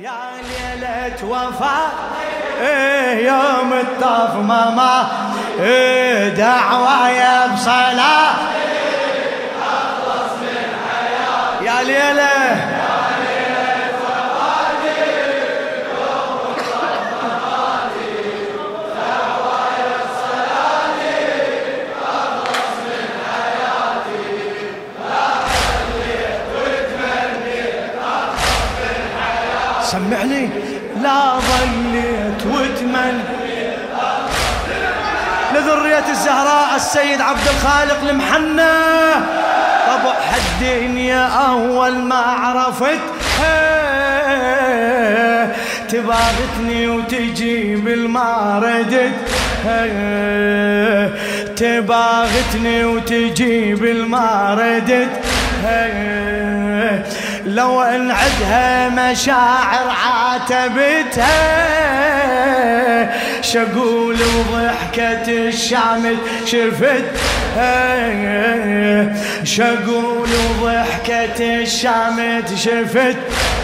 يا ليلة وفاة يوم الطف ماما دعوة يا بصلاة أخلص من حياتي يا ليلة وفاتي يوم الطف مماتي دعوة يا بصلاتي أخلص من حياتي لا خليت وتمنيت أخلص من حياتي سمعني لا ظليت وتمنيت لذرية الزهراء السيد عبد الخالق المحنى طبع الدنيا أول ما عرفت تباغتني وتجيب الما ردت تباغتني وتجيب الما ردت لو ان عدها مشاعر عاتبتها شقول وضحكة الشامت شفت شقول وضحكة الشامت شفت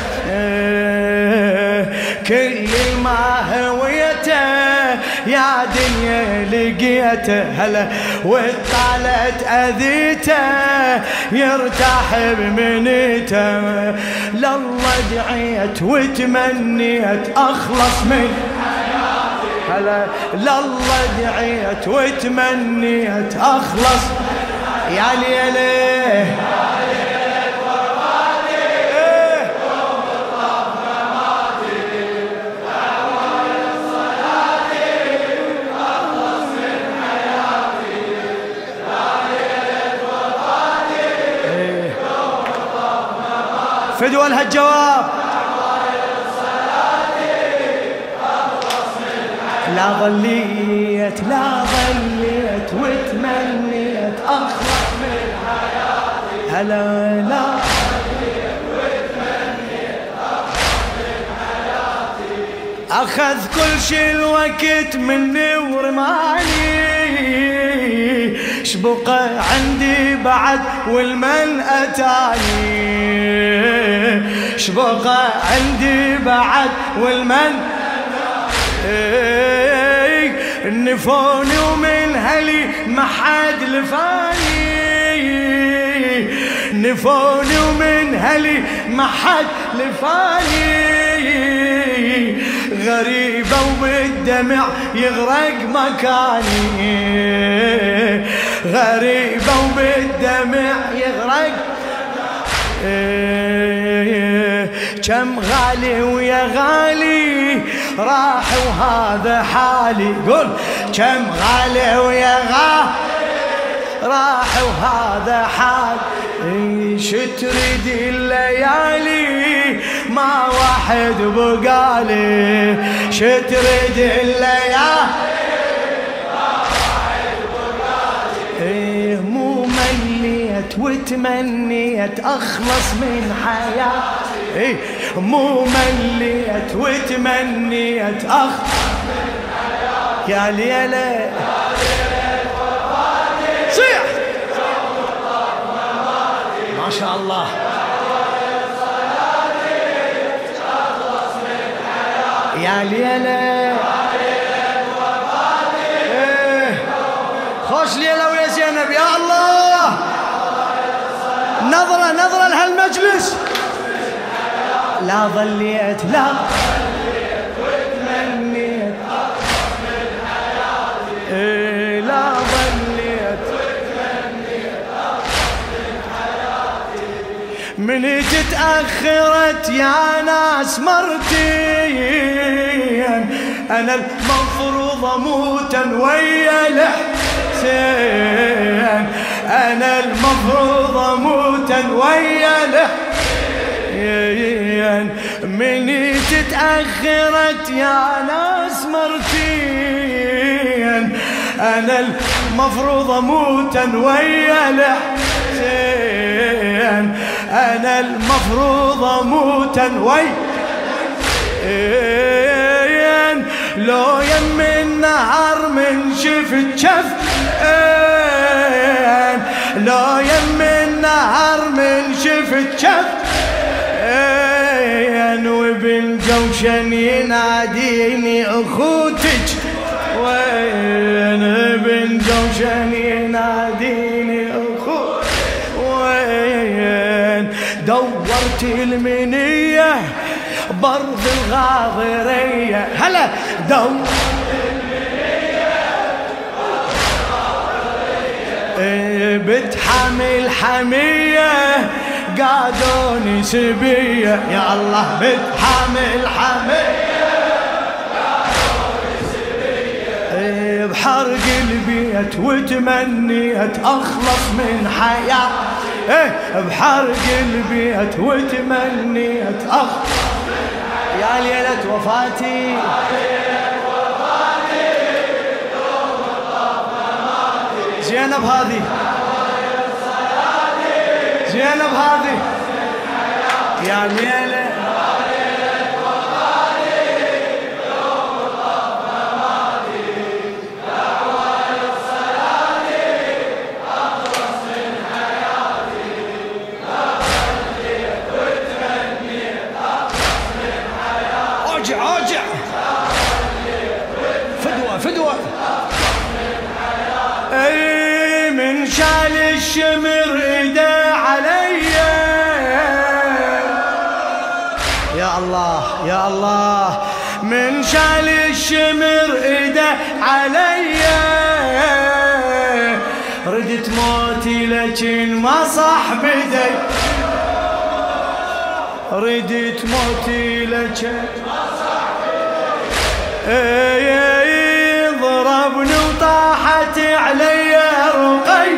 كل ما هويته يا دنيا لقيته هلا وطالت أذيته يرتاح بمنيته لله دعيت وتمنيت أخلص من حياتي هلا لله دعيت وتمنيت أخلص يا ليلة فدوى لها الجواب لا ظليت وتمنيت أخلص من حياتي هلا لا ظليت وتمنيت أخلص من حياتي أخذ كل شي الوقت مني ورماني شبقة عندي بعد والمن أتاني شبقة عندي بعد والمن نفوني ومن هلي ما حد لفاني نفوني ومن هلي ما حد لفاني غريبة وبالدمع يغرق مكاني غريبة وبالدمع يغرق كم غالي ويا غالي راح وهذا حالي قول كم غالي ويا غالي راح وهذا حالي شتريد الليالي ما واحد بقالي شتريد الليالي وتمنيت أخلص من حياتي مو مليت وتمنيت أخلص من حياتي يا ليلة صيح ما شاء الله يا ليلة خوش ليلة ويا زينب يا الله نظرة لهالمجلس لا ظليت وتمنيت أخلص من حياتي لا ظليت وتمنيت أخلص من حياتي مني تتأخرت يا ناس مرتين أنا المفروض أموتا ويا الحسين أنا المفروض أموتا ويا الحسين مني تتأخرت يا ناس مرتين أنا المفروض أموتا ويا الحسين أنا المفروض أموتا ويا الحسين لو يم النهار من شفت شفين لو يم النهار من شفت شفين وبالجنة جوشن يناديني اخوتك، وين بن جوشن يناديني اخوتك، وين دورت المنية برض الغاضرية، هلا دورت المنية برض الغاضرية، بتحمل حمية قادوني سبية، يا الله بتحمل حمية قادوني سبية، بحرق البيت وتمنيت اخلص من حياة، بحرق البيت وتمنيت اخلص من حياة، يا ليلة وفاتي يا ليلة وفاتي يوم طاف مماتي، زينب هذه زينب هذه يا ليلة وفاتي يوم طاف مماتي، دعوة للصلاة أخلص من حياتي، لا خليت وتمنيت أخلص من حياتي، أوجع أوجع فدوة فدوة أخلص من حياتي، أي من شال الشمر إيده عليا، يا الله يا الله من شال الشمر إيده عليا، ردت موتي لكن ما صح بدي، ردت موتي لكن ما صح بدي، ضربني وطاحت علي رقي،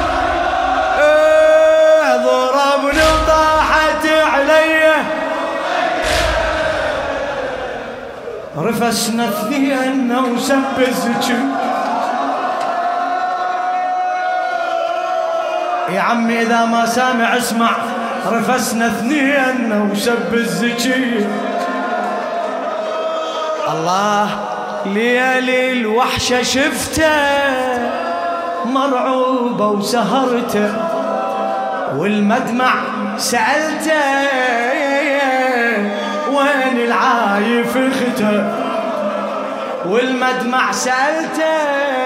ضربني وطاحت علي، رفسنا اثنين وسب الزكي، يا عمي اذا ما سامع اسمع، رفسنا اثنين وسب الزكي، الله ليالي الوحشة شفته مرعوبة وسهرته، والمدمع سألته وين العايف اخته، والمدمع سألته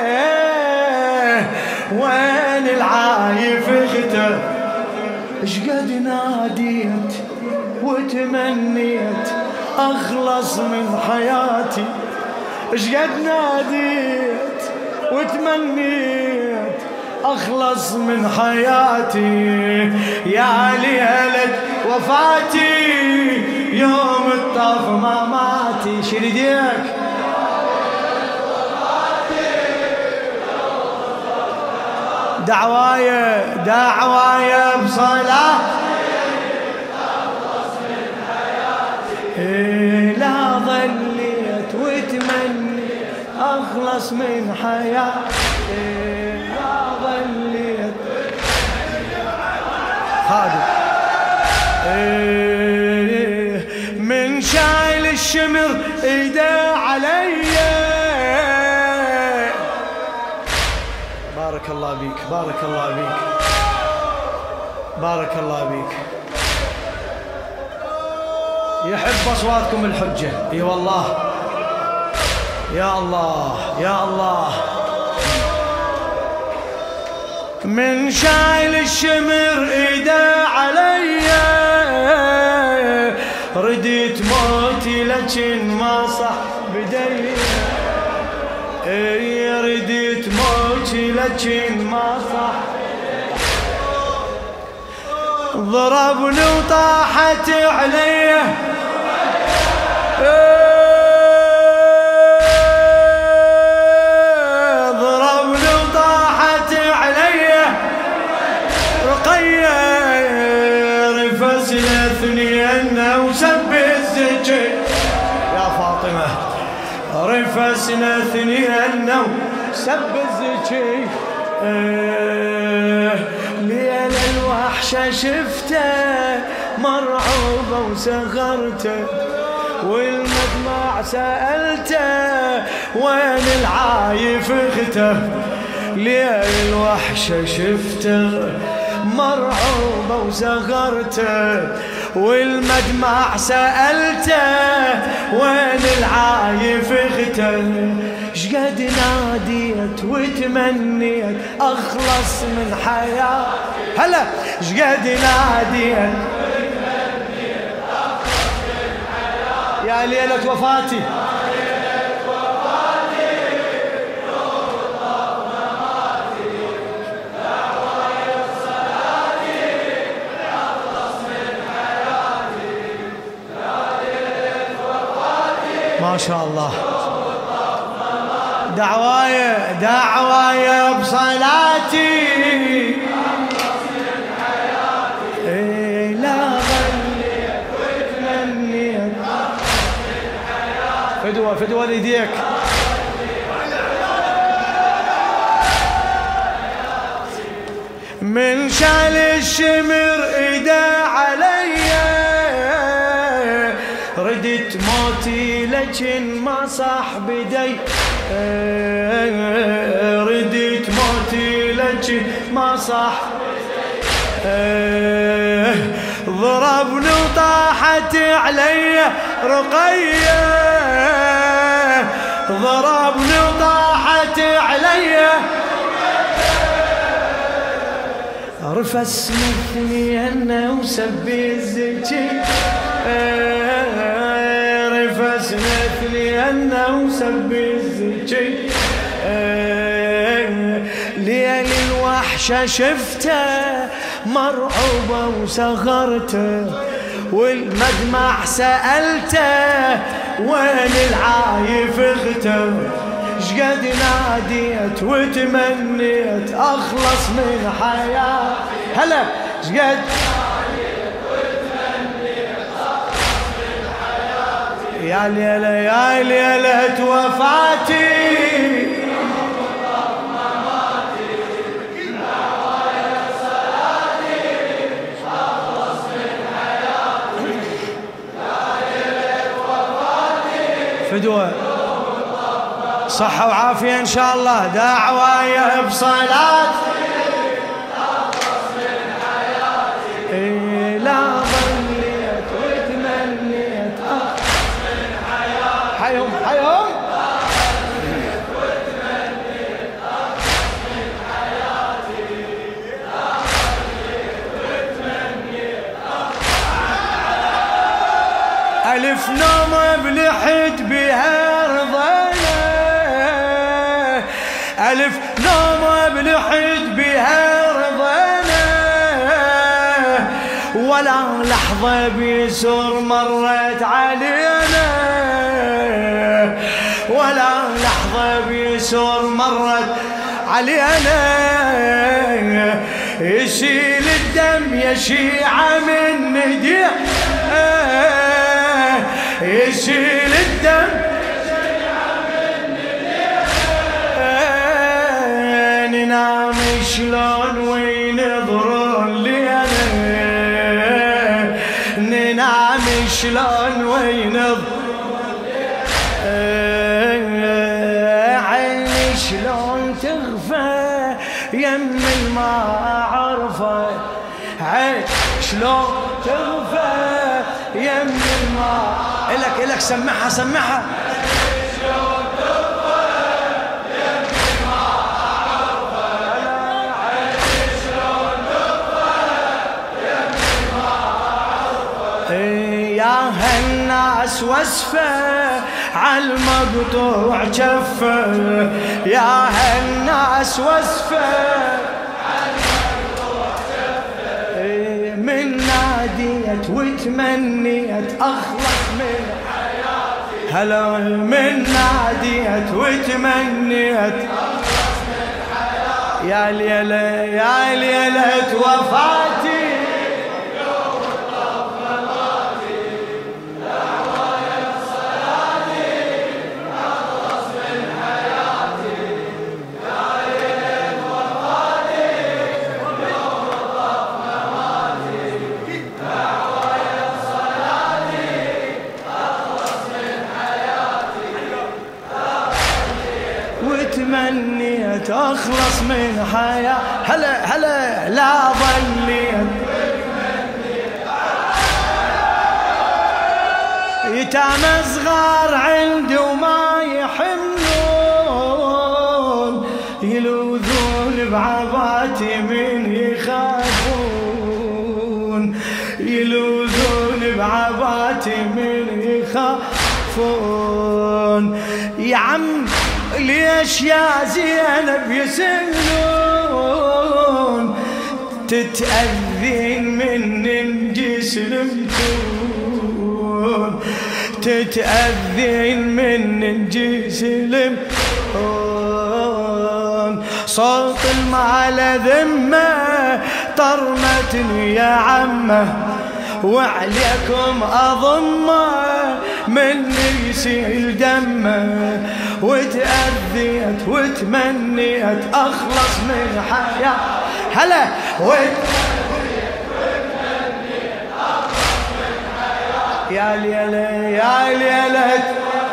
وين العايف اخته، اشقد ناديت وتمنيت اخلص من حياتي، اشقد ناديت وتمنيت اخلص من حياتي، يا ليلة وفاتي يوم الطاف مماتي، شيل يديك دعوايا دعوايا بصلاة اخلص من حياتي، لا ظليت وتمنيت اخلص من حياتي، لا ظليت خادم من شايل الشمر ايده عليا، بارك الله بيك بارك الله بيك بارك الله بيك، يحب اصواتكم الحجة، اي والله يا الله يا الله، من شايل الشمر ايده عليا، رديت موتي لكن ما صح بدي، رديت موتي لكن ما صح، ضربني وطاحت علي، ضربني وطاحت علي رقية، رفسنا اثنين وسب الزكي، يا فاطمة رفسنا اثنين وسب الزكي، ليل الوحشة شفته مرعوبة وسغرته، والمدمع سألته وين العايف اخته، ليل الوحشة شفته مرعوبة وسغرته، والمدمع سألته وين العايف اغتل. شقد ناديت وتمنيت اخلص من حياة. هلا شقد ناديت وتمنيت اخلص من حياة. يا ليلة وفاتي ما شاء الله. دعوايا بصلاتي لا ظليت وتمنيت فدوة ليديك. من شال الشمر ايده عليا ردت موتي لكن ما صح بدي. ردت موتي لكن ما صح. ضربني وطاحت علي رقية. ضربني وطاحت علي رفسني اثنين وسبي الزكي. رفسني اثنين وسبي الزكي. ليل الوحشة شفته مرعوبة وسهرته والمدمع سألته وين العايف اغتل. شقد ناديت وتمنيت اخلص من حياة. هلا شقد ناديت وتمنيت اخلص من حياتي. يا ليلة يا ليلة وفاتي فدوة صحة وعافية إن شاء الله. دعوايا بصلاة أخلص من حياتي. لا ظليت وتمنيت أخلص من حياتي. حيهم حيهم. لا ظليت وتمنيت أخلص من حياتي. لا ظليت وتمنيت أخلص. ألف نوم بلحد بها رضينا. ألف نوم بلحد بها رضينا. ولا لحظة بيسر مرت علينا. ولا لحظة بيسر مرت علينا. يشيل الدم يشيع من نديه. يشيل الدم ننام شلون وينظرون لي أنا. ننام شلون وينظرون عيني شلون تغفى يم ما أعرفه. عين شلون تغفى يم ما. إلك سمعها سمعها. يا هالناس وسفة عالمقطوع جفة. يا هالناس وسفة عالمقطوع جفة. من ناديت وتمنيت أخلص من حياتي. هلا من ناديت وتمنيت أخلص من حياتي. يا ليلة يا ليلة وفاتي وتمنيت أخلص من حياة. هلا هلا لا ظليت ايتام صغار عندي وما يحملون، يلوذون بعباتي من يخافون، يلوذون بعباتي من يخافون. يا عم ليش يا زينب يسألون، تتأذين من نجي سلمتون، تتأذين من نجي سلمتون. صوت المال ذمة طرمتني يا عمه، وعليكم أضمه من يسيل دمه، وتأذيت وتمنيت أخلص من حياة. هلا يا ليلة يا ليلة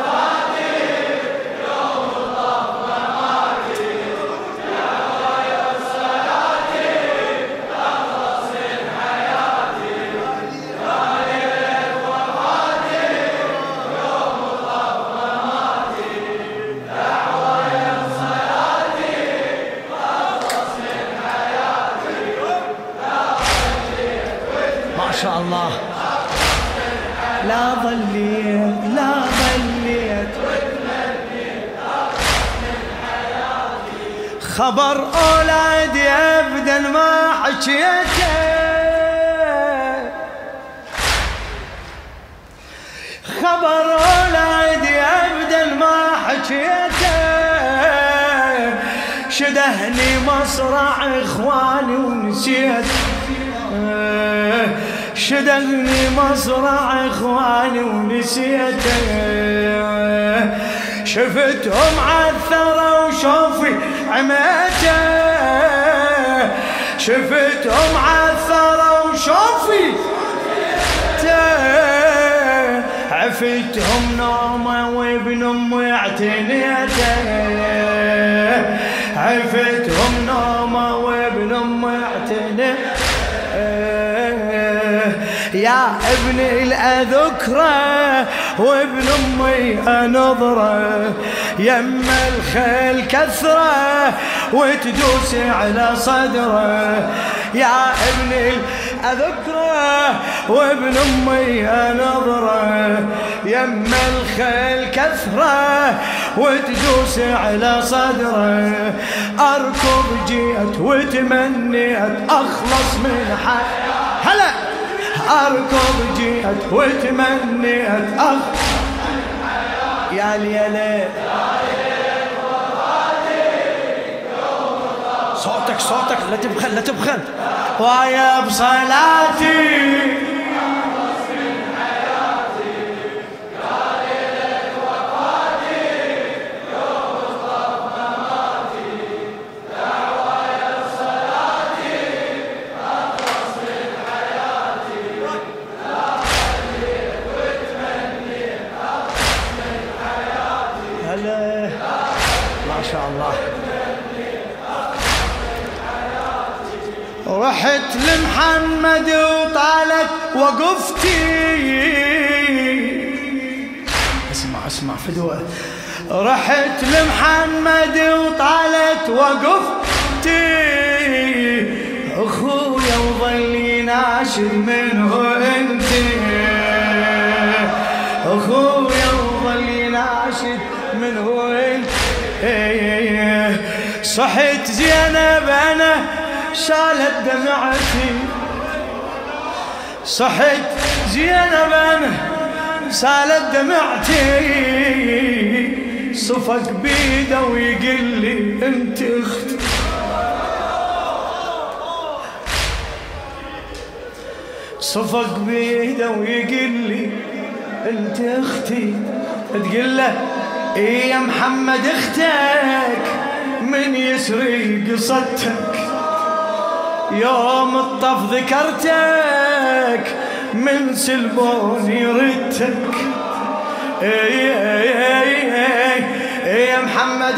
ما شاء الله. لا ظليت لا ظليت خبر أولادي أبدا ما حكيته، خبر أولادي أبدا ما حكيته، شدهني مصرع إخواني ونسيت، شدني مصرع إخواني ونسيته، شفتهم عثرة وشوفي عميته، شفتهم عثرة وشوفي عفتهم نومه وابن أمي اعتنيته، عفتهم نومه وابن أمي اعتنيته. يا ابني الأذكره وابن أمي أنظره، يم الخيل كثره وتدوس على صدره. يا ابني الأذكره وابن أمي أنظره، يم الخيل كثره وتدوس على صدره. أركض جيت وتمنيت أخلص من حياة. هلا أركض جيت وتمنيت يا ليلة صوتك صوتك لا تبخل لا تبخل. ويا بصلاتي ما شاء الله. رحت لمحمد وطالت وقفتي، اسمع فدوة. رحت لمحمد وطالت وقفتي، اخويا وظلي ناشد منه انتي، اخويا وظلي ناشد منه انتي. صحت زينب انا شالت دمعتي، صحت زينب انا سالت دمعتي، صفق بيده ويقول لي انت اختي. صفق بيده ويقول لي انت اختي. تقول له ايه يا محمد اختك من يسري قصتك، يوم الطف ذكرتك من سلبوني ردتك. ايه يا محمد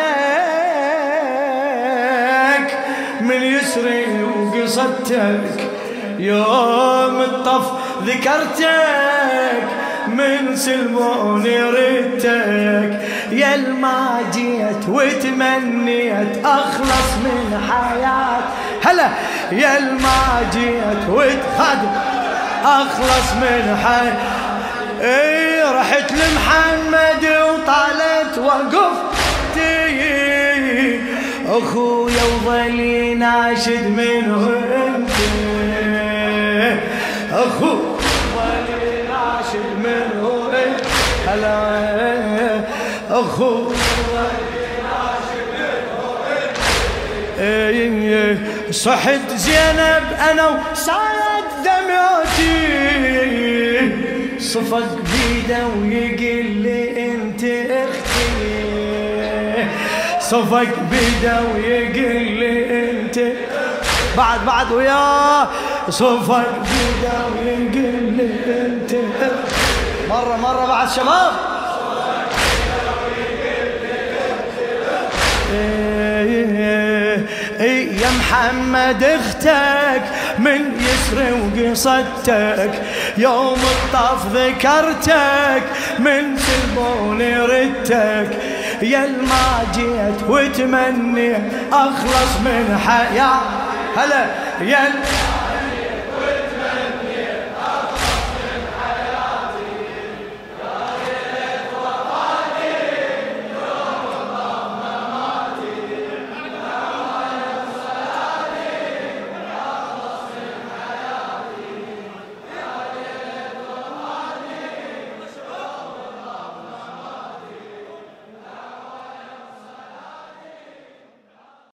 اختك من يسري وقصتك، يوم الطف ذكرتك من سلبوني ردتك، يا ما جيت وتمنيت أخلص من حياتي. هلا يا ما جيت وتخد أخلص من حياتي. اي رحت لمحمد وطالت وقفتي اخويا وظلي ناشد منه انت، اخويا وظلي ناشد منه انت. هلا اخويا وظلي ناشد منه انت. صحت زينب انا وصارت دمعتي، صفق بيده ويقول لي انت اختي، صفق بيده ويقول لي انت بعد وياه، صفق بيده ويقول لي انت مرة بعد شباب. يا محمد اختك من يسري وقصتك، يوم الطاف ذكرتك من سلبوني ردتك، يا ما جيت وتمني اخلص من حياتي. هلا يا